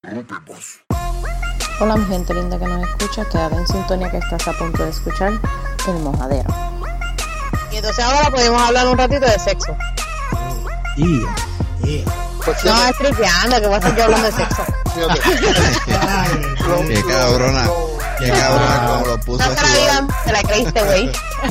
Hola mi gente linda que nos escucha, quédate en sintonía que estás a punto de escuchar El Mojadero. Y entonces ahora podemos hablar un ratito de sexo. No, es tripeando, que voy a estar yo hablando de sexo. Qué cabrona como lo puso No a te la sudar. digan, te la creíste, güey.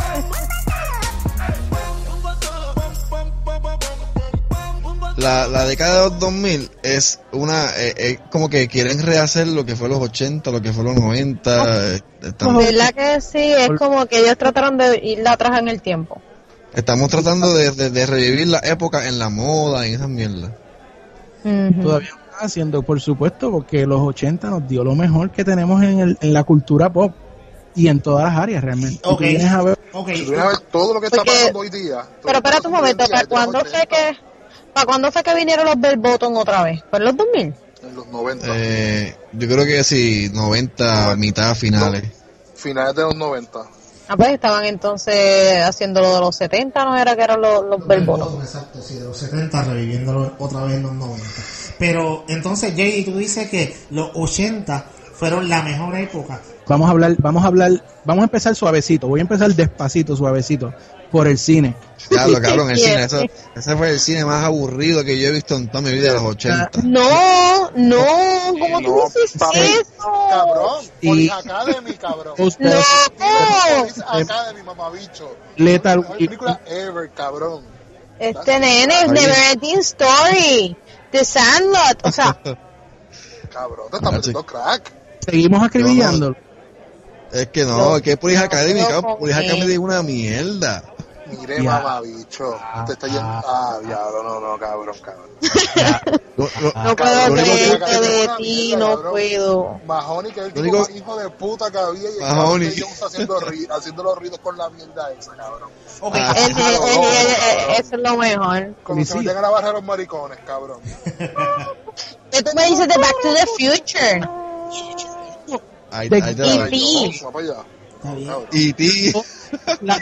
La década de los 2000 es una como que quieren rehacer lo que fue los 80, lo que fue los 90. ¿Verdad que sí? Es como que ellos trataron de ir atrás en el tiempo. Estamos tratando de revivir la época en la moda y esas mierdas. Todavía lo están haciendo, por supuesto, porque los 80 nos dio lo mejor que tenemos en la cultura pop y en todas las áreas realmente. Ok. Si tú vienes a ver, Si tú vienes a ver todo lo que está pasando hoy día. Pero espérate un momento, ¿para cuándo fue que vinieron los Bell Bottom otra vez? ¿Fue en los 2000? En los 90. Yo creo que sí, 90, mitad, finales. Finales de los 90. Ah, pues estaban entonces haciendo lo de los 70, ¿no era que eran los Bell Bottom? Exacto, sí, de los 70 reviviéndolo otra vez en los 90. Pero entonces, Jay, tú dices que los 80 fueron la mejor época. vamos a empezar suavecito. Voy a empezar despacito, suavecito, por el cine. Diablo, cabrón, el cine, ese fue el cine más aburrido que yo he visto en toda mi vida de los 80. No, ¿cómo tú dices eso? Cabrón, Y- Police Academy, cabrón. Ustedes- Police Academy, mamabicho. Lethal- La mejor película ever, cabrón. Este nene es Neverending Story, The Sandlot, o sea, Cabrón, te estás metiendo crack. Seguimos acribillando. Es que no, que Police Academy, no, cabrón, Police Academy es una mierda. Mire, Ya. mamabicho. Te está yendo. Diablo, no, cabrón. no puedo lo único creer que- que de ti, no cabrón. puedo. Mahoney, que es el Lo tipo digo- más hijo de puta que había. Y el Mahoney. cabrón de Jones haciendo los ruidos con la mierda esa, cabrón. Ok, Eso es lo mejor. Cuando se metían a la barra de los maricones, cabrón. ¿Qué tú me dices de Back to the Future? Ahí De- te la Y- Jones, va para allá. está bien. Cabrón. E.T. La-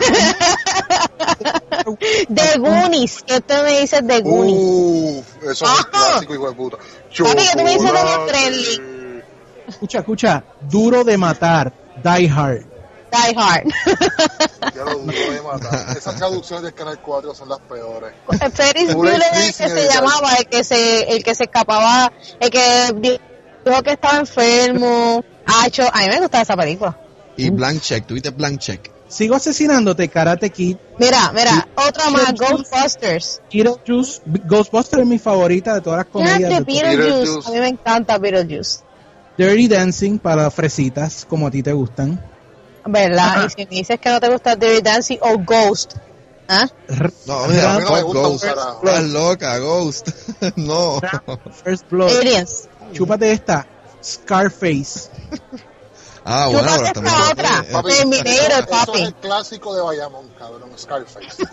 The Goonies, ¿qué tú me dices de Goonies? Eso es un clásico, hijo de puta. Papi, ¿qué tú me dices de Chocolate. Friendly? escucha, Duro de Matar, Die Hard. Die Hard. Ya lo duro de matar. Esas traducciones del Canal 4 son las peores. Ferris Bullets Bueller, el que Missing, se llamaba, el que se escapaba, el que dijo que estaba enfermo. A mí me gustaba esa película. Y Blank Check, tuviste Blank Check. Sigo asesinándote, Karate Kid. Mira, otra más, Ghostbusters. Beetlejuice, Ghostbusters es mi favorita de todas las comedias. De de Beetlejuice. Beetlejuice. A mí me encanta Beetlejuice. Dirty Dancing para fresitas, como a ti te gustan. ¿Verdad? Ajá. Y si me dices que no te gusta Dirty Dancing o Ghost, ¿ah? No, mira, a mí no me gusta un Ghost. carajo. Estás loca, Ghost. No. First Blood. Aliens. Chúpate esta, Scarface. Ah, bueno, ahora Chúpate estamos. esta otra. Papi, Terminator, eso es papi. el clásico de Bayamón, cabrón. Scarface.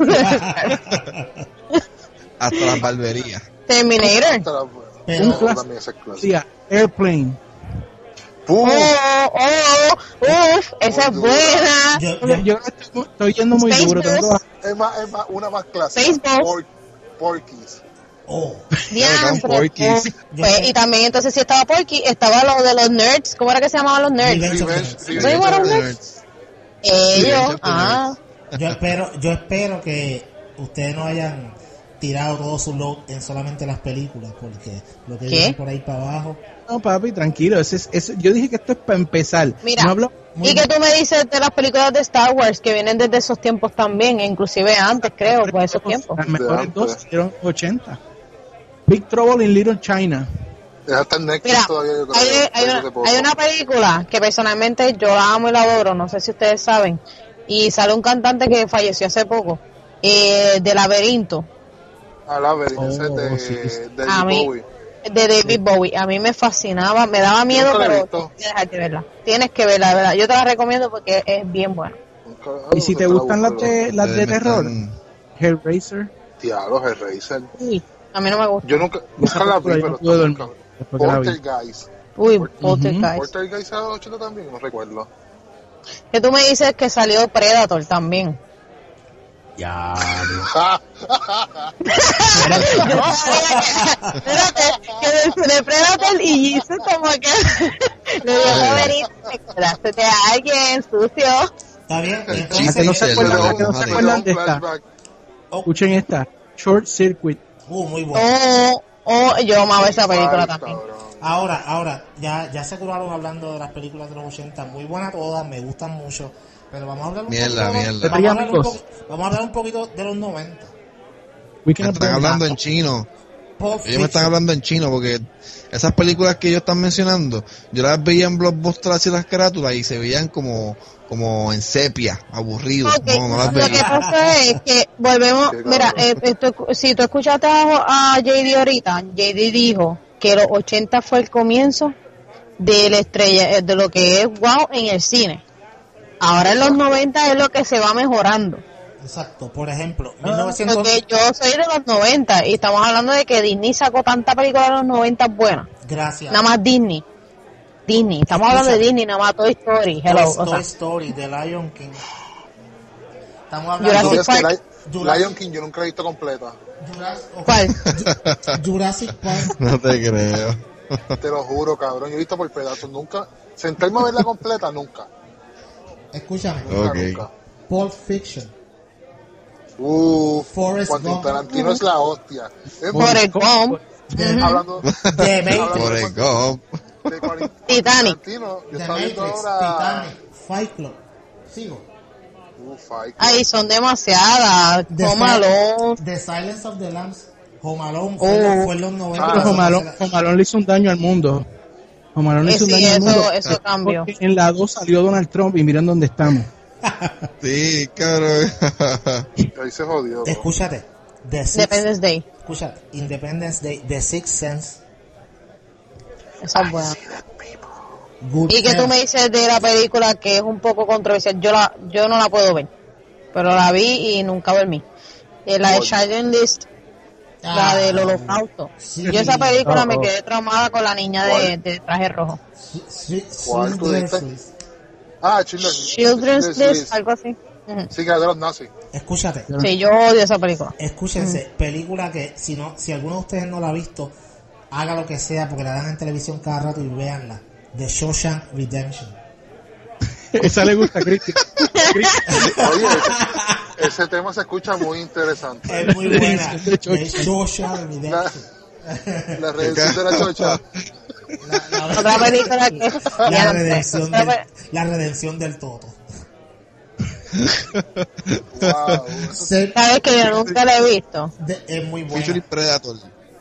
Hasta las barberías. Terminator. Esta era buena. Pero- Eso también es el clásico. Sí, Airplane. ¡Pum! Esa es Muy buena. Yo estoy yendo muy duro. Spaceballs. Es más, una más clásica. Spaceballs. Porky's. Oh, Diantre, Porky's. pues, y también entonces si estaba Porky, estaba lo de los nerds. ¿Cómo era que se llamaban los nerds? Revenge of the Revenge- Nerds. sí, ¿No llamaron Revenge of the nerds? Ellos, Revenge of the yo espero que ustedes no hayan tirado todo su load en solamente las películas, porque lo que ¿Qué? viene por ahí para abajo. No, papi, tranquilo. Yo dije que esto es para empezar. Mira, No hablo ¿y qué tú me dices de las películas de Star Wars que vienen desde esos tiempos también, inclusive antes, creo, por esos tiempos? Las mejores De dos antes. fueron 80. Big Trouble in Little China. Es hasta en Netflix Mira, todavía. Yo creo, hace poco. hay una película que personalmente yo la amo y la adoro, no sé si ustedes saben, y sale un cantante que falleció hace poco, de Laberinto, Laberinth, ese Oh, de, sí. de A mí- Bowie. de David Bowie. A mí me fascinaba, me daba miedo, nunca la he pero visto. tienes que dejar de verla. Tienes que verla, de verdad. Yo te la recomiendo porque es bien buena. Y si te gustan las de Ustedes me terror, están- Hellraiser. Diablo, Hellraiser. Uy, a mí no me gusta. Yo nunca la vi, Yo pero no pude dormir está después que la vi. Poltergeist. Uy, Poltergeist. Poltergeist a 80 también, no recuerdo. Que tú me dices que salió Predator también. Ya. Espérate, que de Predator y hizo como que le dio Wolverine, te quedaste de alguien sucio. Está bien, El entonces, que no se acuerdan, que no se acuerdan de esta. Flashback. Escuchen esta. Short Circuit. muy bueno. Yo amaba esa película Ay, también. cabrón. Ahora, ya se curaron hablando de las películas de los 80, muy buenas todas, me gustan mucho, pero vamos a hablar un Mierda, poquito, mierda. Vamos a hablar un poquito de los 90. Me están hablando en chino. Ellos me están hablando en chino porque esas películas que ellos están mencionando, yo las veía en Blockbuster así las carátulas y se veían como en sepia, aburridos. Okay, No las lo que veía. pasa es que volvemos, Qué mira, si tú escuchaste a JD ahorita, JD dijo que los 80 fue el comienzo de la estrella, de lo que es wow en el cine. Ahora en los 90 es lo que se va mejorando. Exacto, por ejemplo, Porque yo soy de los 90 y estamos hablando de que Disney sacó tanta película de los 90 buenas. Gracias. Nada más Disney, estamos hablando de Disney, nada más Toy Story, hello, Toy Story, The Lion King. Estamos Jurassic hablando Park. Lion King yo nunca he visto completa. ¿Cuál? Jurassic Park. No te creo. Te lo juro, cabrón. Yo he visto por pedazos. Nunca. Sentarme a verla completa, nunca. Escúchame. Nunca, Ok. nunca. Pulp Fiction. Quentin Gump. Tarantino es la hostia. Es Forrest Gump, hablando The Matrix. Forrest Gump. de Quentin Titanic. Tarantino, yo The estaba viendo Matrix. ahora. Titanic. Fight Club. Sigo. Ay, Ahí son demasiadas. Home Alone. The Silence of the Lambs. Home Alone Oh. fue en los 90. Home Alone le hizo un daño al mundo. Home Alone le hizo un Sí, daño al mundo. eso cambió. Porque en la 2 salió Donald Trump y miren dónde estamos. Sí, cabrón. ahí se jodió. ¿no? Escúchate. Independence Day. Escúchate. Independence Day. The Sixth Sense. Esa es buena. Good Y que tú me dices de la película que es un poco controversial. Yo no la puedo ver. Pero la vi y nunca dormí. La de Shining List. La del holocausto. Sí. Yo esa película me Oh. quedé traumada con la niña de traje rojo. ¿Cuál tú Schindler's dijiste? List. Children's List, algo así. Ujú. Sí, que es de los nazis. Escúchate. Sí, yo odio esa película. Escúchense, película que si alguno de ustedes no la ha visto, haga lo que sea porque la dan en televisión cada rato y véanla. The Shawshank Redemption. Esa le gusta a Cristian. Oye, ese tema se escucha muy interesante. Es muy buena. The The Shawshank Redemption. La redención de la chocha. Otra película que La redención del Toto. Wow. sabes que yo nunca la he visto. Es muy Featuring buena. Predator.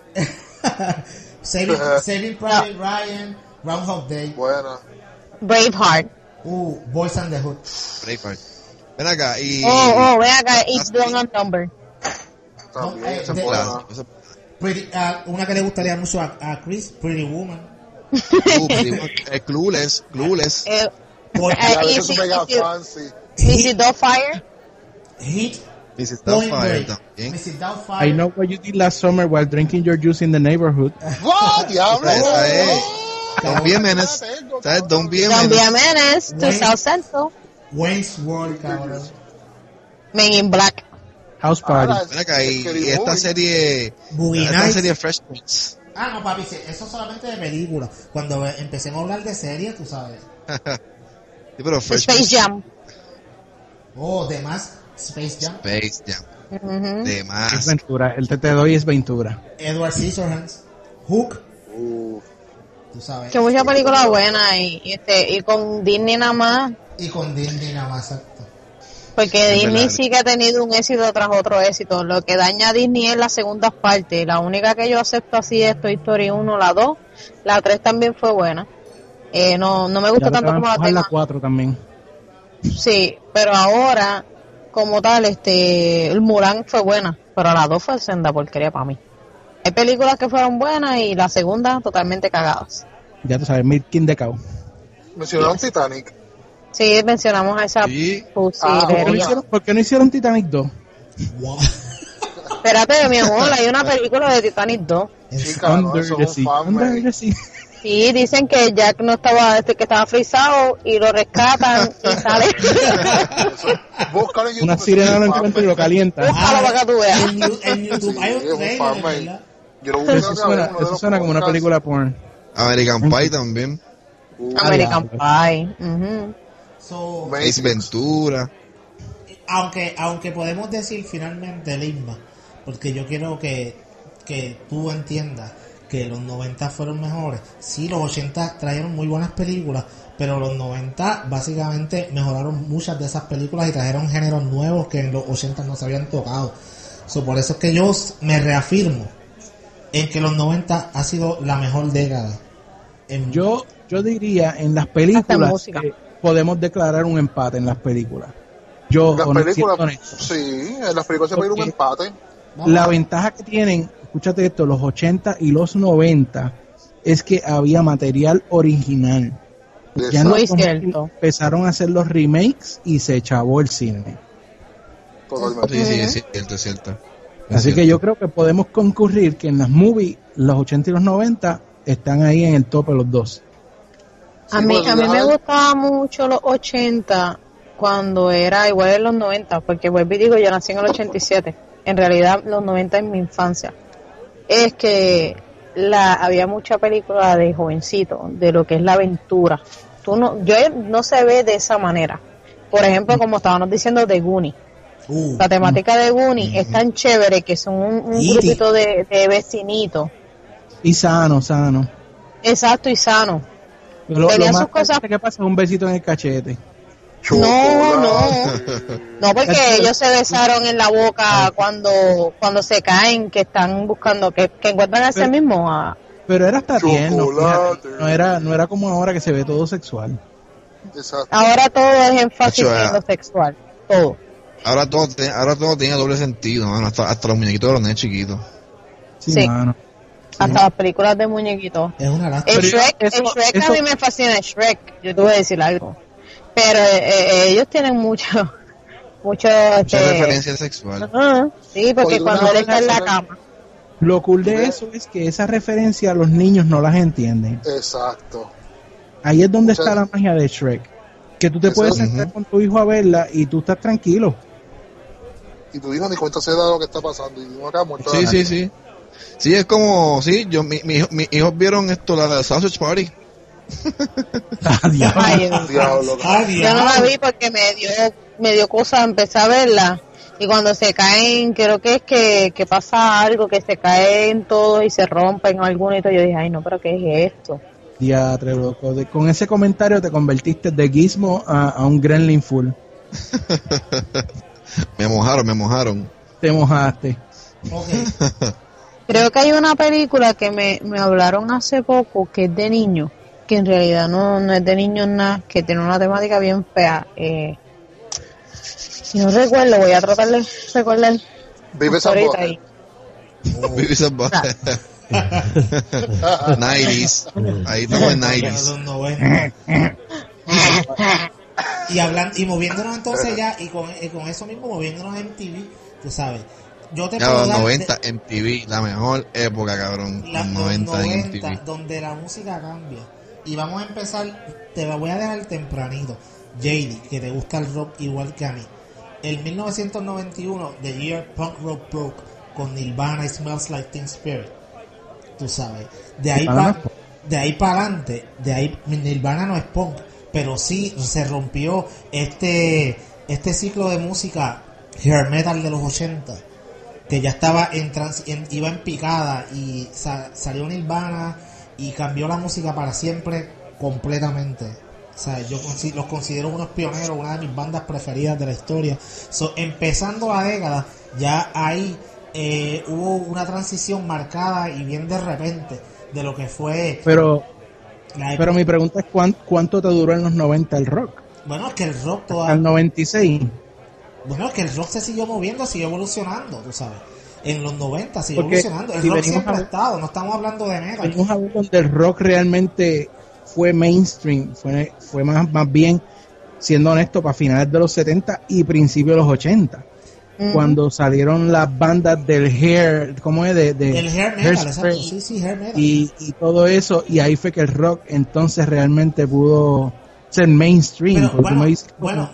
Saving Private Ryan, Groundhog Day, Buena. Braveheart. Boys and the Hood. Braveheart. Ven acá y... Ven acá, It's Long and Number. También, No, esa es de- buena. Una que le gustaría mucho a Chris, Pretty Woman. Clueless. A y veces si- es mega y si- fancy. Mrs. Doubtfire. Hit, Mrs. Point Doubtfire Break, también. Mrs. Doubtfire. I know what you did last summer while drinking your juice in the neighborhood. ¡Wow, diablo! Esa es. Don't be a menace. ¿Sabes? Don't be a Don't Be a menace. Menace to Wayne- South Central. Wayne's World, cabrón. Men in Black. House Party. Ven acá y Scary esta Movie. serie... Boogie Esta Nights. serie Fresh Prince. Ah, no, papi, sí, eso solamente de películas. Cuando empecemos a hablar de series, tú sabes. Sí, pero Fresh Space Prince. Jam. De más, Space Jam. Space Jam. Ujú. De Es más. Ventura. El te doy es Ventura. Edward Scissorhands. Hook, Uf. tú sabes. Que muchas películas buenas y con Disney nada más. Y con Disney nada más, exacto. Porque Es Disney verdad. sí que ha tenido un éxito tras otro éxito. Lo que daña a Disney es las segundas partes. La única que yo acepto así es Toy Story 1, la 2. La 3 también fue buena. No me gusta Ya tanto como la la tema. 4 también. Sí, pero ahora, como tal, el Mulan fue buena. Pero la 2 fue senda porquería para mí. Hay películas que fueron buenas y la segunda totalmente cagadas. Ya tú sabes, Milking the Cow. Mencionaron Titanic. Sí, mencionamos a esa Sí. pusilería. ¿Por qué no hicieron Titanic 2? Wow. Espérate, mi amor, hay una película de Titanic 2. Chica, no, eso es un fan, Under man. the sea. Sí, dicen que Jack no estaba, que estaba frisado y lo rescatan y sale. Una sirena lo encuentra y lo calienta. Búscalo para que tú veas. En YouTube hay un trailer, ¿verdad? Eso suena como una película porn. American Pie también. American Pie. Ace Ventura. Aunque podemos decir finalmente, Lisma, porque yo quiero que tú entiendas que los 90 fueron mejores. Sí, los 80 trajeron muy buenas películas, pero los 90 básicamente mejoraron muchas de esas películas y trajeron géneros nuevos que en los 80 no se habían tocado. Por eso es que yo me reafirmo en que los 90 ha sido la mejor década. Yo diría en las películas que podemos declarar un empate en las películas. En las películas se puede ir un empate. La ventaja que tienen, escúchate esto, los 80 y los 90 es que había material original. Ya no empezaron a hacer los remakes y se chavó el cine. Sí, es cierto. Así que yo creo que podemos concurrir que en las movies, los 80 y los 90 están ahí en el top de los dos. A mí me gustaba mucho los 80 cuando era igual en los 90, porque vuelvo y digo, yo nací en el 87. En realidad los 90 en mi infancia. Es que había mucha película de jovencito, de lo que es la aventura. Yo no se ve de esa manera. Por ejemplo, como estábamos diciendo de Goonies. La temática de Goonies es tan chévere que son un grupito de vecinitos. Y sano. Exacto, y sano. Tenía sus cosas. ¿Qué pasa? Un besito en el cachete. No, porque ellos se besaron en la boca cuando se caen, que están buscando, que encuentran a ese mismo. Pero era hasta tierno, no era como ahora que se ve todo sexual. Exacto. Ahora todo es énfasis en lo sexual, todo. Ahora todo tiene doble sentido, mano, hasta los muñequitos de los nenes chiquitos. Sí, mano. Hasta las películas de muñequitos. Es una lástima. Shrek a mí me fascina Shrek, yo te voy a decir algo. Pero ellos tienen mucha referencia sexual. Sí, porque cuando él está en la cama. Lo cool de eso es que esa referencia a los niños no las entienden. Exacto. Ahí es donde está la magia de Shrek. Que tú te puedes sentar con tu hijo a verla y tú estás tranquilo. Y tu hijo ni cuenta se da lo que está pasando. Y uno acá muerto. Sí. Sí, es como, mis hijos vieron esto, la de Sausage Party. Diablo. Yo no la vi porque me dio cosa, empecé a verla y cuando se caen, creo que es que pasa algo, que se caen todos y se rompen algunos y todo. Yo dije, ay no, pero ¿qué es esto? Diatre, loco. Con ese comentario te convertiste de Gizmo a un Gremlin full. Me mojaron. Te mojaste. Okay. Creo que hay una película que me hablaron hace poco que es de niños, que en realidad no es de niños nada, que tiene una temática bien fea. Si no recuerdo, voy a tratar de recordar. Vive San Juan. Vive San Juan. 90s. Ahí estamos en 90s. Y moviéndonos entonces ya, y con eso mismo, moviéndonos en TV, tú sabes. Yo te puedo los 90 en TV, la mejor época, cabrón. Los 90 en TV. Donde la música cambia. Y vamos a empezar, te la voy a dejar tempranito. JD, que te gusta el rock igual que a mí. El 1991, The Year Punk Rock Broke, con Nirvana y Smells Like Teen Spirit. Tú sabes. De ahí para adelante, Nirvana no es punk, pero sí se rompió este ciclo de música hair metal de los 80, que ya estaba iba en picada, y salió Nirvana y cambió la música para siempre completamente. O sea, yo los considero unos pioneros, una de mis bandas preferidas de la historia. Empezando la década, ya ahí hubo una transición marcada y bien de repente de lo que fue. Pero mi pregunta es ¿cuánto te duró en los 90 el rock? Bueno, es que el rock todavía... Al 96. Bueno, es que el rock se siguió moviendo, siguió evolucionando, tú sabes. En los 90 siguió evolucionando. El rock siempre ha estado, no estamos hablando de metal. Venimos a ver donde el rock realmente fue mainstream, fue más bien, siendo honesto, para finales de los 70 y principios de los 80. cuando salieron las bandas del hair, ¿cómo es? El hair metal, exacto. Sí, hair metal. Y todo eso, y ahí fue que el rock entonces realmente pudo ser mainstream. Pero,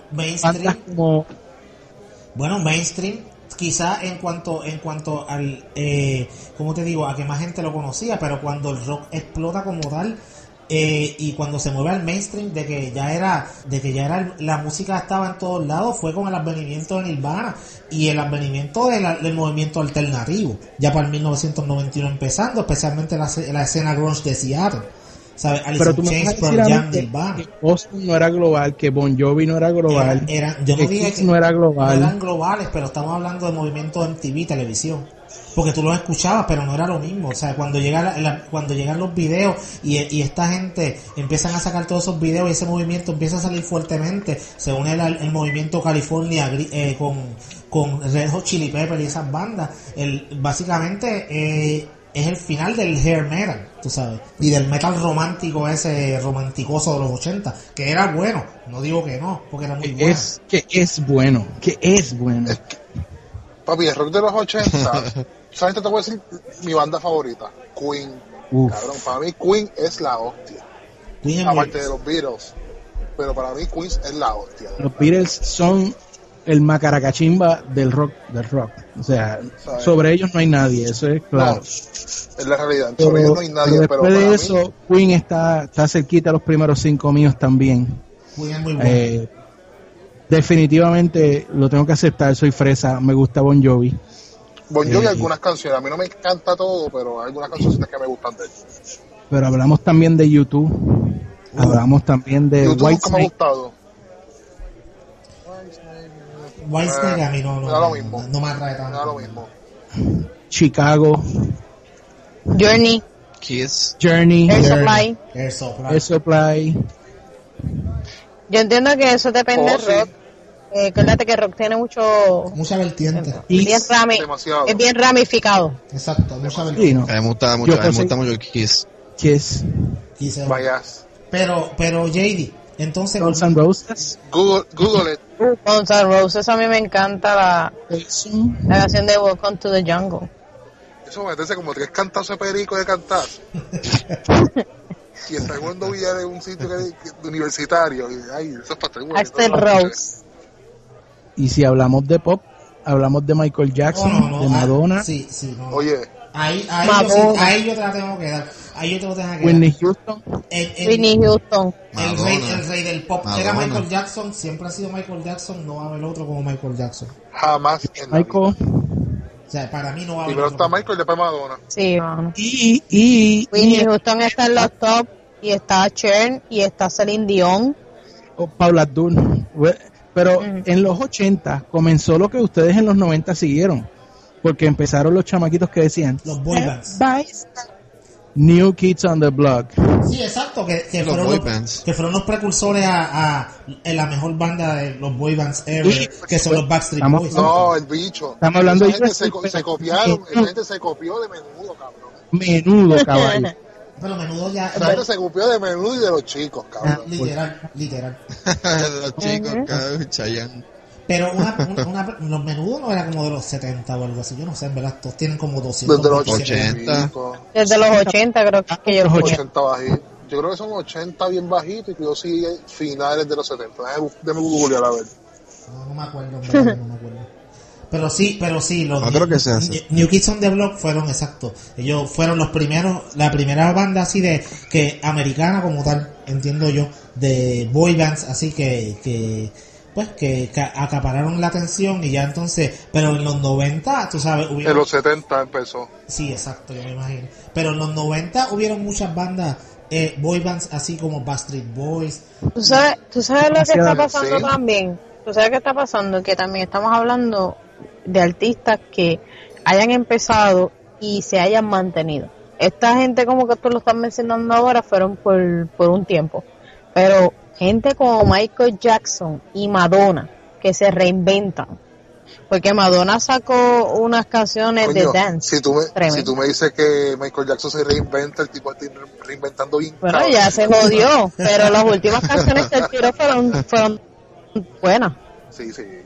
mainstream, quizá en cuanto al, ¿cómo te digo? A que más gente lo conocía, pero cuando el rock explota como tal, y cuando se mueve al mainstream de que ya era la música estaba en todos lados, fue con el advenimiento de Nirvana y el advenimiento del movimiento alternativo, ya para el 1991 empezando, especialmente la escena grunge de Seattle, ¿sabes? Alice in Chains, Pearl Jam, Nirvana. Que Austin no era global, que Bon Jovi no era global, yo no dije que no era global. No eran globales, pero estamos hablando de movimiento de MTV, televisión. Porque tú los escuchabas, pero no era lo mismo. O sea, cuando llegan los videos y esta gente empiezan a sacar todos esos videos y ese movimiento empieza a salir fuertemente, se une el movimiento California con Red Hot Chili Peppers y esas bandas. Básicamente es el final del hair metal, tú sabes, y del metal romántico, ese romanticoso de los 80, que era bueno, no digo que no, porque era muy bueno. Que es bueno. Papi, el rock de los 80, ¿sabes? Te voy a decir mi banda favorita, Queen. Cabrón, para mí Queen es la hostia. Aparte de los Beatles, pero para mí Queen es la hostia. Los Beatles son el macaracachimba del rock. O sea, ¿sabes? Sobre ellos no hay nadie, eso es claro. No, es la realidad, sobre ellos no hay nadie, pero después de eso, Queen está cerquita a los primeros 5 míos también. Queen es muy bueno. Definitivamente lo tengo que aceptar, soy fresa, me gusta Bon Jovi. Bon Jovi algunas canciones, a mí no me encanta todo, pero hay algunas canciones que me gustan de él. Pero hablamos también de YouTube, hablamos también de YouTube nunca me ha gustado. Whitesnake a mí no me atrae tanto. Me da lo mismo. Chicago, Journey, Kiss, Air Supply. Yo entiendo que eso depende del rock. Acuérdate que el rock tiene mucha vertiente. Es bien ramificado. Exacto, mucha vertiente. Me gusta mucho Kiss. Kiss. Vayas. Pero JD, entonces Guns N' Roses. Google it. Guns N' Roses, a mí me encanta la canción de Welcome to the Jungle. Eso meterse como 3 cantazos de perico de cantar. Y está jugando billar en un sitio universitario. Y ay, eso es para estar Axl Rose. Y si hablamos de pop, hablamos de Michael Jackson, de Madonna. Sí, no. Oye, ahí yo te la tengo que dar. Ahí yo te lo tengo que dar. Whitney Houston. El rey del pop. Madonna. Era Michael Jackson, siempre ha sido Michael Jackson, no va a haber otro como Michael Jackson. Jamás en la vida. O sea, para mí no va a haber. Primero está Michael y después Madonna. Sí, bueno. Y Whitney Houston está en los top, y está Cher, y está Celine Dion. Paula Abdul. Pero en los 80 comenzó lo que ustedes en los 90 siguieron. Porque empezaron los chamaquitos que decían los boy bands. New Kids on the Block. Sí, exacto, que fueron los precursores a la mejor banda de los boy bands ever, que son los Backstreet Boys. No, el bicho. Estamos hablando de se copiaron, esa gente se copió de Menudo, cabrón. Menudo, caballo. Pero Menudo ya... Esa gente se copió de Menudo y de los chicos, cabrón. Literal. Los chicos, cabrón, Chayanne. Pero los Menudos no era como de los 70 o algo así, yo no sé, en verdad, todos tienen como 200. Desde los 80. Desde los 80 creo que yo. 80 bajito. Yo creo que son 80 bien bajitos y que yo sí finales de los 70. Déjame googlear a ver. No me acuerdo, en verdad, no me acuerdo. Pero sí, los New Kids on the Block fueron, exacto. Ellos fueron los primeros, la primera banda así que americana como tal, entiendo yo, de boy bands, así que acapararon la atención y ya entonces, pero en los 90, tú sabes, en los 70 empezó. Sí, exacto, yo me imagino. Pero en los 90 hubieron muchas bandas, boy bands así como Backstreet Boys. ¿Tú sabes lo que está pasando también? ¿Tú sabes qué está pasando? Que también estamos hablando de artistas que hayan empezado y se hayan mantenido. Esta gente, como que tú lo estás mencionando ahora, fueron por un tiempo, pero gente como Michael Jackson y Madonna que se reinventan, porque Madonna sacó unas canciones de dance. Si tú me dices que Michael Jackson se reinventa, el tipo está reinventando bien. Bueno, ya se jodió, pero las últimas canciones que él tiró fueron buenas. Sí.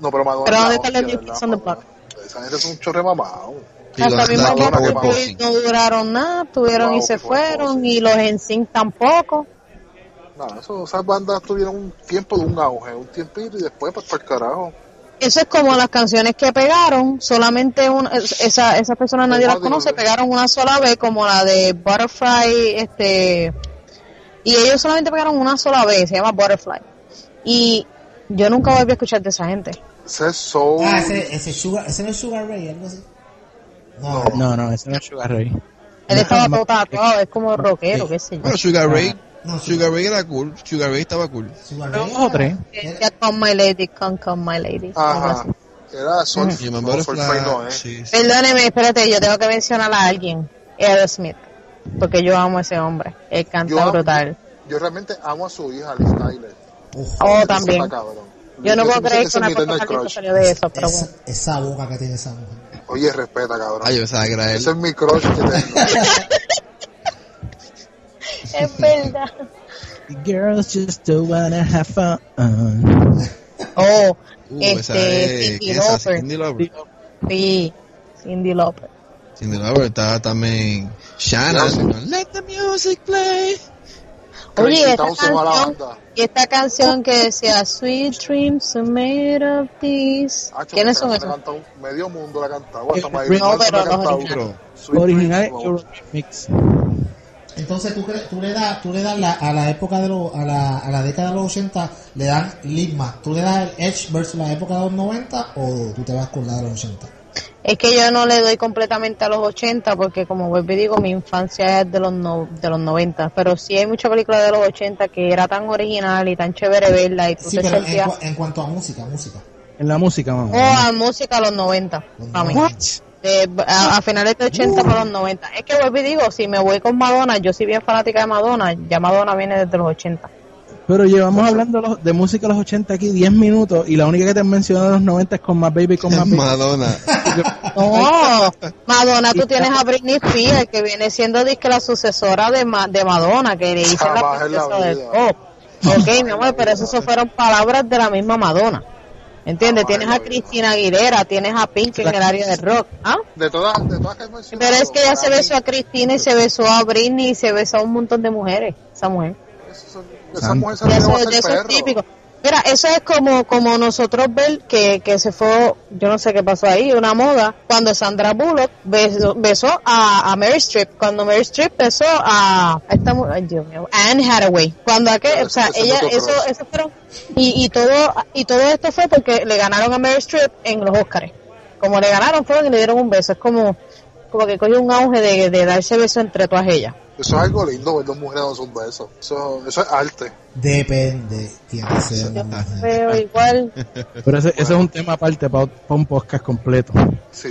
No, pero Madonna. Pero ¿dónde está el New Kids on the Block? Esa gente es un chorre mamado. Hasta mismo no duraron nada, tuvieron y se fueron, y los NSYNC tampoco. No, esas bandas tuvieron un tiempo de un auge, un tiempito, y después pues para el carajo. Eso es como las canciones que pegaron, solamente esas personas nadie las conoce, pegaron una sola vez, como la de Butterfly, y ellos solamente pegaron una sola vez, se llama Butterfly. Y yo nunca volví a escuchar de esa gente. Ese es Soul. Ese no es Sugar Ray, algo así. No, ese no es Sugar Ray. Él estaba todo tatuado, es como rockero, qué sé yo. Bueno, Sugar Ray. No, Sugar Ray era cool. Sugar Ray estaba cool. Dos o tres. Ya Come My Lady, Come My Lady. Ajá. Era Soul. Perdóneme, espérate, yo tengo que mencionar a alguien. Aerosmith. Porque yo amo a ese hombre. Él canta brutal. Yo realmente amo a su hija, Liz Tyler. También. Yo no puedo creer que una cosa salió de eso, pero bueno. Esa boca que tiene esa mujer. Oye, respeta, cabrón. Ay, yo pensaba que era él. Ese es mi crush que tengo. Es verdad. The girls just don't wanna have fun. Cindy Lauper. Sí, Cindy Lauper. Cindy Lauper estaba también Shannon. Let the music play. Oye, esta canción que decía Sweet Dreams are made of this. ¿Quiénes son esos? Medio mundo la cantaba. No, pero los originales Mix. Entonces tú le das a la época a la década de los 80 le dan Ligma. ¿Tú le das el Edge versus la época de los 90 o tú te vas con la de los 80? Es que yo no le doy completamente a los 80 porque, como vuelvo y digo, mi infancia es de los 90, pero sí hay muchas películas de los 80 que era tan original y tan chévere verla y tú sí, te pero sentías... en cuanto a música. En la música, vamos. A música a los 90, a mí. A finales de 80 para los 90. Es que vuelvo y digo, si me voy con Madonna, yo soy bien fanática de Madonna, ya Madonna viene desde los 80. Pero llevamos hablando de música de los 80 aquí 10 minutos y la única que te han mencionado de los 90 es con My Baby, con My Baby. Madonna. No, Madonna, tú tienes a Britney Spears, que viene siendo disque la sucesora de Madonna, que le hizo la princesa del pop. Ok, mi amor, pero eso fueron palabras de la misma Madonna. ¿Entiendes? Tienes a Cristina Aguilera, tienes a Pink en el área del rock. ¿Ah? De todas que he mencionado. Pero es que ella se besó a Cristina y se besó a Britney y se besó a un montón de mujeres. Esa mujer. Esa mujer se eso es típico. Mira, eso es como nosotros ver que se fue, yo no sé qué pasó ahí, una moda, cuando Sandra Bullock besó a Meryl Streep, cuando Meryl Streep besó a esta mujer, ay Dios mío, Anne Hathaway, cuando o sea, ella, eso fueron, y todo esto fue porque le ganaron a Meryl Streep en los Oscars. Como le ganaron, fueron y le dieron un beso, es como que cogió un auge de darse beso entre todas ellas. Eso es algo lindo, ver dos mujeres dándose un beso. Eso es arte. Depende quién sea. Pero igual. Pero eso es un tema aparte para un podcast completo. Sí.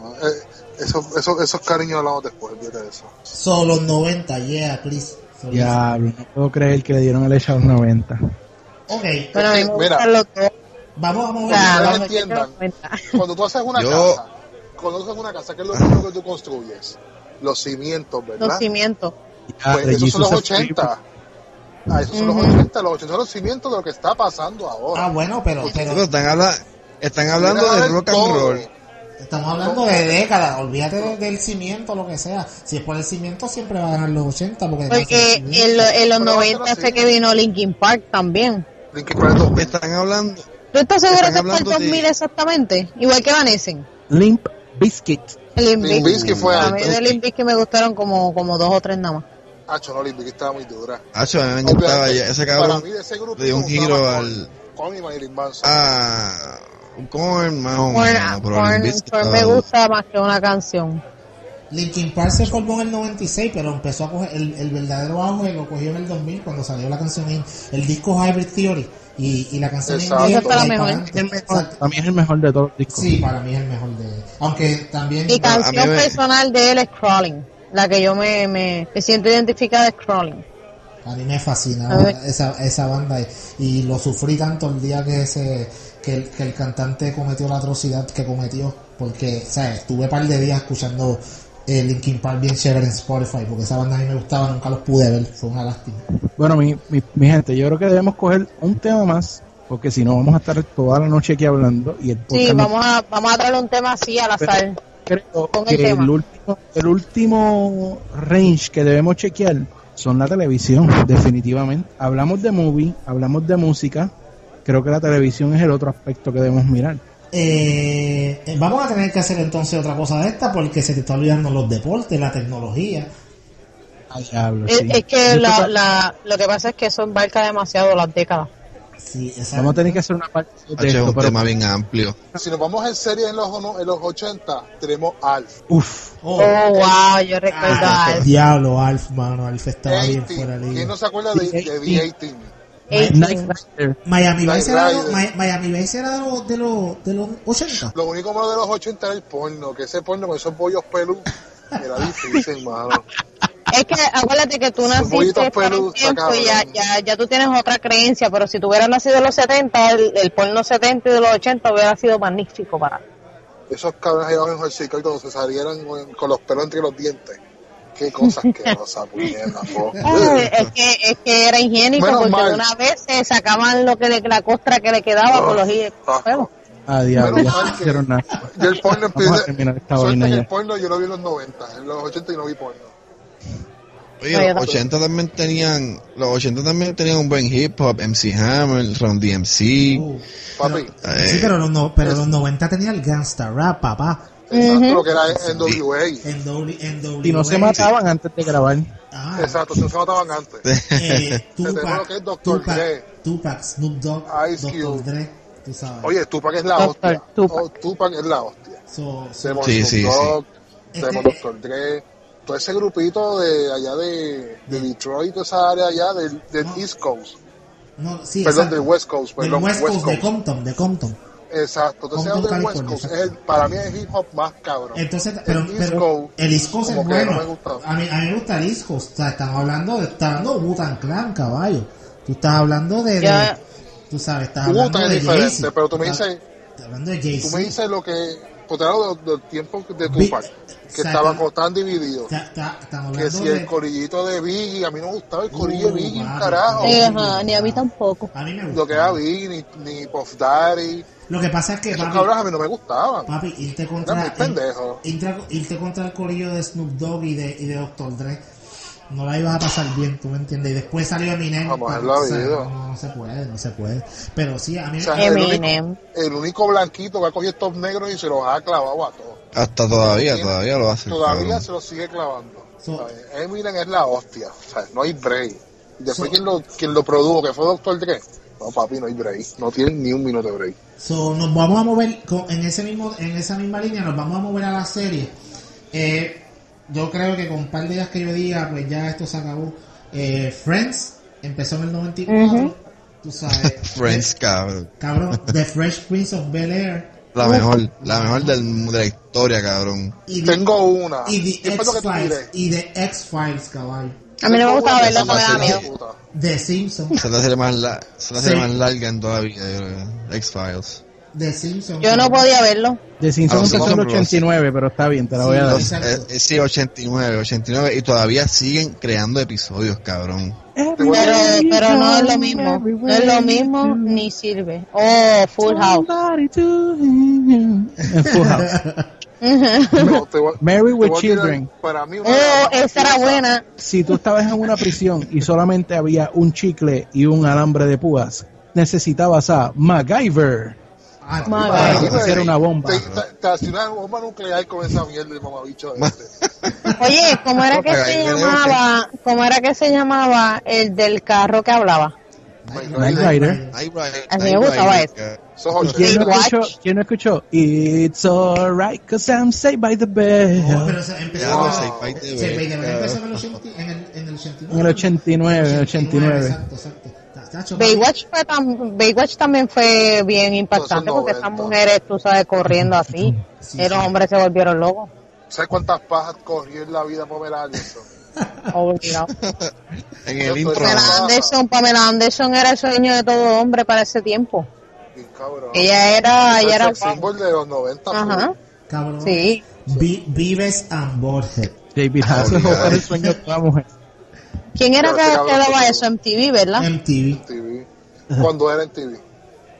Esos cariños hablamos después de eso. Solo los 90, Chris. Diablo, no puedo creer que le dieron el hecho a los 90. Ok. Bueno, mira, vamos a ver. Entiendan. Cuando tú haces una casa, ¿qué es lo primero que tú construyes? Los cimientos, ¿verdad? Los cimientos. Pues esos son los 80. Esos son los 80. Los 80 son los cimientos de lo que está pasando ahora. Bueno, pero están hablando de rock and roll. Estamos hablando de décadas. Olvídate del cimiento, lo que sea. Si es por el cimiento, siempre va a ganar los 80. Porque en los 90 fue que vino Linkin Park también. Linkin Park están hablando. ¿Tú estás seguro que fue el 2000 exactamente? Igual que Vanessa. Limp Bizkit. Limp Bizkit fue a mí de Limp Bizkit me gustaron como 2 o 3 nada más. No, Limp Bizkit estaba muy dura. A mí me encantaba ese cabrón. Para mí de ese grupo le dio un giro al... Con Marilyn Manson. Korn más o menos. Korn me gusta más que una canción. Linkin Park se formó en el 96, pero empezó a coger el verdadero auge, lo cogió en el 2000 cuando salió la canción en el disco Hybrid Theory. Y la canción esa fue la mejor. Para mí es el mejor de todos los discos. Sí, para mí es el mejor de él. Aunque también... Mi canción personal de él es Crawling. La que yo me siento identificada es Crawling. A mí me fascinaba esa banda y lo sufrí tanto el día que el cantante cometió la atrocidad que cometió. Porque, ¿sabes? Estuve un par de días escuchando Linkin Park bien chévere en Spotify, porque esa banda a mí me gustaba, nunca los pude ver, fue una lástima. Bueno, mi gente, yo creo que debemos coger un tema más porque si no vamos a estar toda la noche aquí hablando. Y sí, vamos a traer un tema así al azar. Creo que el último range que debemos chequear son la televisión, definitivamente. Hablamos de movie, hablamos de música, creo que la televisión es el otro aspecto que debemos mirar. Vamos a tener que hacer entonces otra cosa de esta porque se te está olvidando los deportes, la tecnología. Diablo, sí. Es que lo que pasa es que eso embarca demasiado las décadas. Sí, vamos a tener que hacer una parte de esto, es un tema bien amplio. Si nos vamos en serie en los 80, tenemos Alf. Uf. Wow, yo recuerdo a Alf. Diablo, Alf, mano, Alf estaba bien fuera de liga. ¿Quién no se acuerda de The 18? Miami Vice era de los 80. Lo único malo de los 80 era el porno, que ese porno con esos bollos pelú era difícil, mano. Es que acuérdate que tú naciste por un tiempo y ya tú tienes otra creencia, pero si tú hubieras nacido en los 70, el porno 70 y de los 80 hubiera sido magnífico para. Esos cabrones llevaban en Jorge y todos se salieran con los pelos entre los dientes. Qué cosas que no sabían. Es que era higiénico, porque de una vez se sacaban la costra que le quedaba por los pelos. Diablo, ya no hicieron nada. Yo el porno el porno yo lo vi en los 90, en los 80 y no vi porno. Oye, los 80 también tenían un buen hip hop, MC Hammer, Run DMC. Papi. Sí, pero los 90 tenía el gangsta rap, papá. Exacto, lo que era NWA. Y no se mataban antes de grabar. Exacto, no se mataban antes. Tupac, Snoop Dogg, Dr. Dre, tú sabes. Oye, Tupac es la hostia. Tupac es la hostia. Sí. Tenemos Dr. Dre. Todo ese grupito de allá de Detroit, toda esa área allá del East Coast. Perdón, del West Coast. Del West Coast, de Compton. Exacto, entonces el West Coast para mí es el hip hop más cabrón. Entonces, pero el East Coast es bueno. A mí me gusta el East Coast. O sea, estamos hablando de Wu-Tang Clan, caballo. Tú estás hablando tú sabes, estás hablando de diferente, pero tú me dices, hablando de Jay-Z. Tú me dices lo que, pues te hablo del tiempo de Tupac, que estaban divididos. Que si el corillito de Biggie, a mí no me gustaba el corillo de Biggie, carajo. Ni a mí tampoco. A mí me lo que era Biggie, ni Puff Daddy. Lo que pasa es que, esos cabros a mí no me gustaban. Papi, irte contra el corillo de Snoop Dogg y de Dr. Dre, no la ibas a pasar bien, tú me entiendes. Y después salió Eminem. No se puede. Pero sí, a mí Eminem. El único blanquito que ha cogido estos negros y se los ha clavado a todos. Hasta todavía lo hace. Todavía cabrón. se los sigue clavando. Eminem es la hostia. O sea, no hay break. Y después quien lo produjo, que fue Dr. Dre. No, papi, no hay break. No tienen ni un minuto de break. Nos vamos a mover en esa misma línea, nos vamos a mover a la serie. Yo creo que con un par de días que yo diga, pues ya esto se acabó. Friends empezó en el 94. Tú sabes. Friends, cabrón. The Fresh Prince of Bel-Air. La mejor de la historia, cabrón. Tengo una. Y The X-Files, caballo. A mí no me gustaba verlo, no me da miedo. The Simpsons. Esa es la serie más larga en toda la vida, X-Files. The Simpsons. Yo no podía verlo. The Simpsons empezó en el 89, pero está bien, te la voy a dar. Sí, 89, y todavía siguen creando episodios, cabrón. Pero no es lo mismo. No es lo mismo ni sirve. Full House. Full House. Married with Children. Para mí esa era buena. Si tú estabas en una prisión y solamente había un chicle y un alambre de púas, necesitabas a MacGyver. Hacer una bomba. Te hacía una bomba nuclear con esa mierda de mamabicho. Oye, ¿cómo era que se llamaba el del carro que hablaba? Knight Rider. A mí me gustaba eso. ¿Quién no escuchó? It's alright, cause I'm saved by the bell. Pero empezó Saved by the Bell empezó en el 89. Exacto. Baywatch también fue bien impactante porque esas mujeres, tú sabes, corriendo así. Los hombres se volvieron locos. ¿Sabes cuántas pajas corrió en la vida Pamela Anderson? Obligado. En el intro. Pamela Anderson era el sueño de todo hombre para ese tiempo. Cabrón. Ella era el símbolo de los 90. Ajá. Cabrón. Sí. Vives and Borges. David Hasselhoff era el sueño de toda mujer. ¿Quién era que daba eso? MTV, ¿verdad? MTV. Cuando era MTV.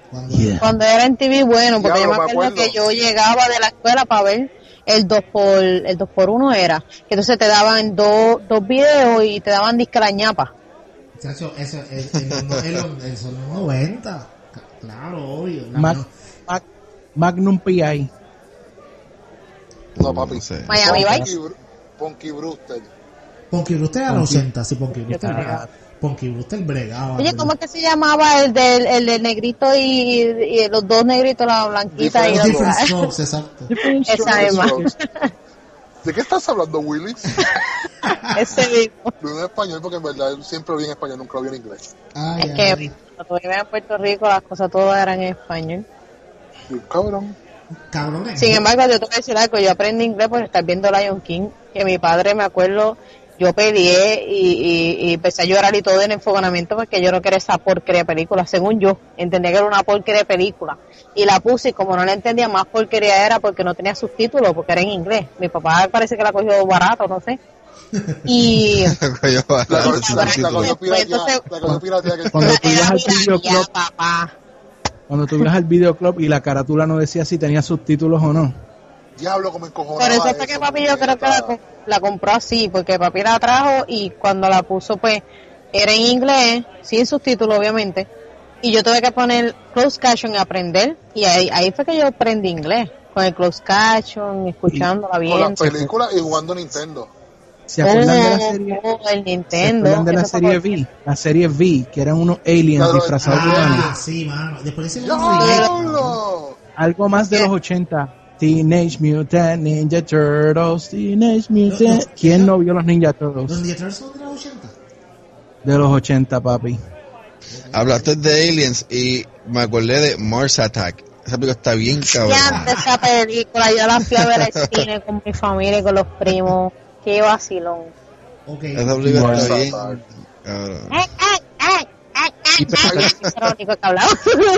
Cuando era en TV, bueno, porque yo me acuerdo que yo llegaba de la escuela para ver el 2x1 era, que entonces te daban dos videos y te daban disque la ñapa. Chacho, eso en los 90, claro, obvio. Magnum P.I. No, papi. No sé. Miami Vice. Punky Brewster. Punky Brewster era los 80, sí, Punky Brewster bregaba. Oye, ¿cómo es que se llamaba el del negrito y los dos negritos, la blanquita y la Different Strokes, exacto. Esa misma. ¿De qué estás hablando, Willy? Ese mismo. Lo vi en español porque en verdad siempre lo vi en español, nunca lo vi en inglés. Es que cuando vivía en Puerto Rico las cosas todas eran en español. Cabrón. Sin embargo, yo te voy a decir algo, yo aprendí inglés por estar viendo Lion King, que mi padre, me acuerdo, yo peleé y empecé a llorar y todo en enfogonamiento porque yo no quería esa porquería de película, según yo, entendía que era una porquería de película, y la puse y como no la entendía, más porquería era porque no tenía subtítulos, porque era en inglés. Mi papá parece que la cogió barato, no sé. Y la cogió piratea. Cuando tú ibas al videoclub, cuando tú ibas al videoclub y la carátula no decía si tenía subtítulos o no. Diablo, como encojonaba. Por eso fue que papi yo creo que la compró así, porque papi la trajo y cuando la puso pues era en inglés, sin subtítulos obviamente, y yo tuve que poner closed caption y aprender, y ahí fue que yo aprendí inglés, con el closed caption, escuchándola bien. Con las películas y jugando Nintendo. ¿Se acuerdan de la serie? El Nintendo. ¿Se acuerdan de la serie V? La serie V, que eran unos aliens disfrazados de humanos. Sí, mano. Después algo más de los 80. Teenage Mutant Ninja Turtles, Teenage Mutant. ¿Quién no vio los Ninja Turtles? ¿Los Ninja Turtles son de los 80? De los 80, papi. Hablaste de aliens y me acordé de Mars Attack. Esa película está bien cabrón. Esa película, yo la fui a ver al cine con mi familia y con los primos. Qué vacilón. Okay. Esa película está bien cabrón. Era lo único que hablaba.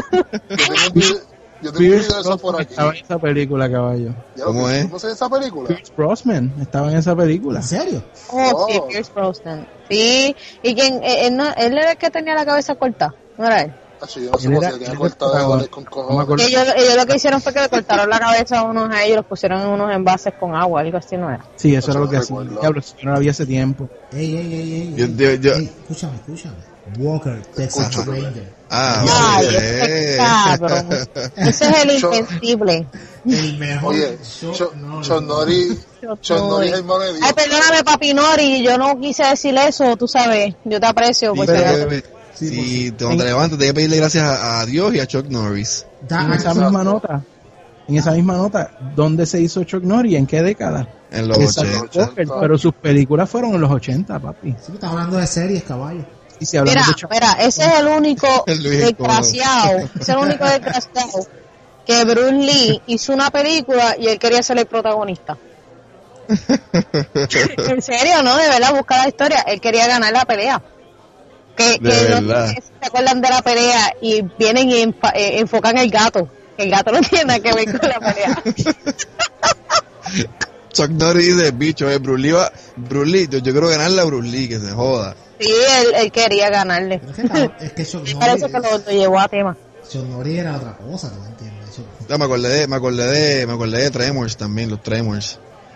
Yo tengo un video de eso por aquí. Estaba en esa película, caballo. ¿Cómo es? ¿Cómo se ve esa película? Pierce Brosnan estaba en esa película. ¿En serio? Sí, Pierce Brosnan. Sí, y quién, él era el que tenía la cabeza corta, ¿no era él? Sí, yo no sé cómo se tenía cortada con cojones. Ellos lo que hicieron fue que le cortaron la cabeza a unos a ellos, los pusieron en unos envases con agua, algo así, ¿no era? Sí, eso era lo que hacía. Diablo, si yo no la vi hace tiempo. Ey. Yo Escúchame. Walker, Texas Ranger. Cabrón. Ese es el invencible. El mejor. Oye, Chuck Norris es hermano de Dios. Ay, perdóname, papi Nori, yo no quise decir eso, tú sabes, yo te aprecio. Sí, cuando te levantas, tienes que pedirle gracias a Dios y a Chuck Norris. En esa misma nota, ¿dónde se hizo Chuck Norris? ¿En qué década? En los 80. Pero sus películas fueron en los 80, papi. Sí, estás hablando de series, caballo. Y si mira, ese es el único desgraciado, que Bruce Lee hizo una película y él quería ser el protagonista. En serio, ¿no? De verdad, busca la historia. Él quería ganar la pelea. Que no se acuerdan de la pelea y vienen y enfocan el gato. Que el gato no tiene nada que ver con la pelea. Chuck Norris dice, bicho, Bruce Lee, yo quiero ganarle a Bruce Lee, que se joda. Sí, él quería ganarle. Es que Chuck Norris, parece que lo llevó a tema. Chuck Norris era otra cosa, no entiendo. Ya me acordé de Tremors también, los Tremors.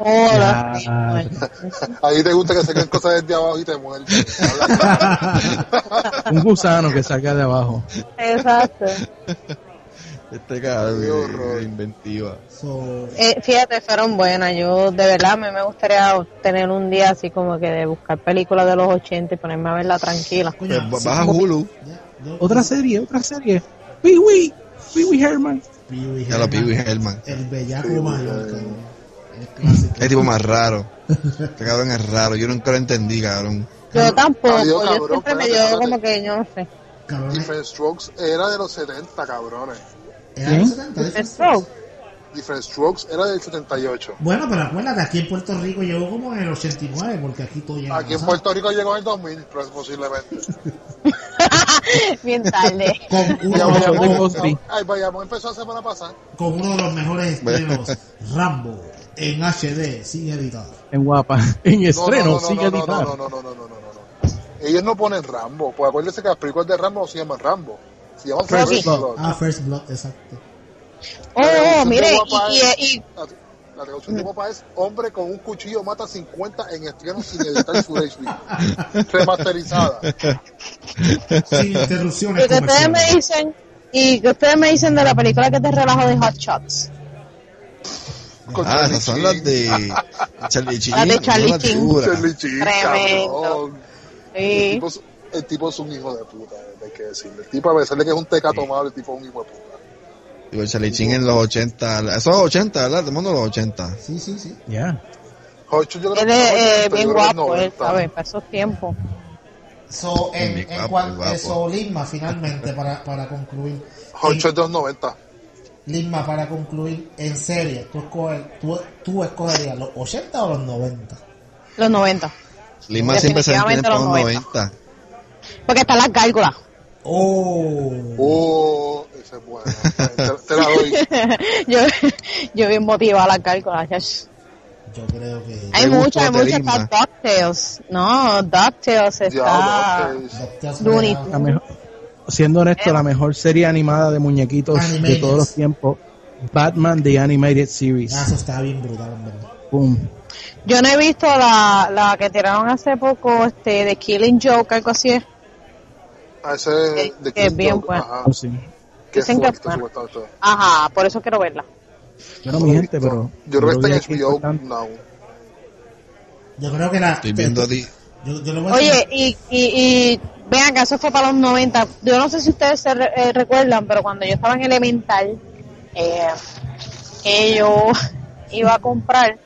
Ahí te gusta que saquen cosas desde abajo y te muerden. Un gusano que saca de abajo. Exacto. Este cabrón inventiva. Fíjate, fueron buenas. Yo, de verdad, a mí me gustaría tener un día así como que de buscar películas de los 80 y ponerme a verla tranquila. Pues vas a Hulu. Otra serie. Pee Wee Herman. Ya lo Pee Wee Herman. El bellaco mayor, cabrón. Es tipo más raro. Este cabrón es raro. Yo nunca lo entendí, cabrón. Yo tampoco. Adiós, yo cabrón, siempre me dio como que yo no sé. Different Strokes era de los 70, cabrones. ¿Era de los 70? Different Strokes era del 78. Bueno, pero acuérdate, aquí en Puerto Rico llegó como en el 89, porque aquí todo llega. Aquí en Puerto Rico llegó en el 2000, posiblemente. Bien tarde. Vayamos, empezó la semana pasada. Con uno de los mejores estrenos, Rambo, en HD, sin editar. En guapa, en estreno, sin editar. No. Ellos no ponen Rambo. Pues acuérdense que las películas de Rambo no se llaman Rambo. Se llama First Blood. First Blood, exacto. Mire, La traducción de papá es hombre con un cuchillo mata 50 en estreno sin editar su HD. Remasterizada. Sin interrupciones. ¿Y que ustedes me dicen de la película que te relajo de Hot Shots? Esas son las de Charlie Sheen. Las de Charlie Sheen. Tremendo. Sí. El tipo es un hijo de puta, hay que decirle. El tipo, a pesar de que es un teca tomado, el tipo es un hijo de puta. Digo, Charlie Sheen en los 80, esos 80, ¿verdad? Del mundo de los 80. Sí. Ya. Él es bien guapo, él sabe, para esos tiempos. En cuanto Lisma, finalmente, para concluir. Horcho es de los 90. Lisma, para concluir, en serie, tú escogerías los 80 o los 90? Los 90. Lisma siempre se tiene por los 90. Porque están las gárgolas. Esa es buena. Te la doy. yo bien motivada a las gárgolas. Yo creo que... Hay muchas, está DuckTales. No, DuckTales está... Looney Tunes. Siendo honesto, la mejor serie animada de muñequitos de todos los tiempos, Batman The Animated Series. Eso está bien brutal, en verdad. Boom. Yo no he visto la que tiraron hace poco, de Killing Joke, algo así es. Ese de que es bien bueno. Sí. Dicen que es bueno. Ajá, por eso quiero verla. Bueno, mi gente, pero... Yo creo que está en HBO Now. Yo creo que la... Estoy viendo a ti. Oye, y vean que eso fue para los 90. Yo no sé si ustedes se recuerdan, pero cuando yo estaba en elemental, que yo iba a comprar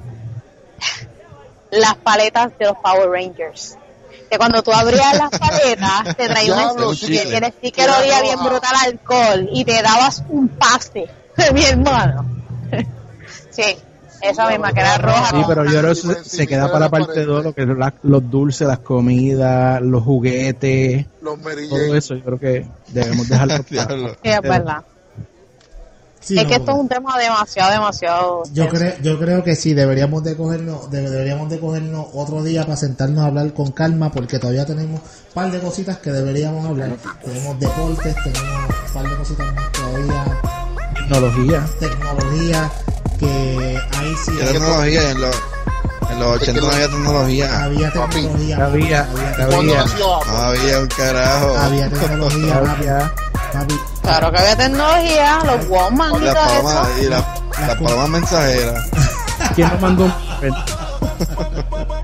las paletas de los Power Rangers. Que cuando tú abrías las paletas, te traía un sticker, y el sticker olía bien brutal alcohol, y te dabas un pase, mi hermano. Sí, esa misma, que era roja. Sí, pero yo creo que se queda para la parte 2, lo que es los dulces, las comidas, los juguetes, todo eso, yo creo que debemos dejarlo claro. Sí, es verdad. Sí, es que esto es un tema demasiado. Yo creo que sí, deberíamos de cogernos otro día para sentarnos a hablar con calma, porque todavía tenemos un par de cositas que deberíamos hablar. Tenemos deportes, tenemos un par de cositas más todavía. Tecnología, que ahí sí. Tecnología en los 80 no había tecnología. Había tecnología. Había un carajo. Había tecnología, papi. Claro que había tecnología, los Walkman y todo eso. Y las palomas mensajeras. ¿Quién nos mandó un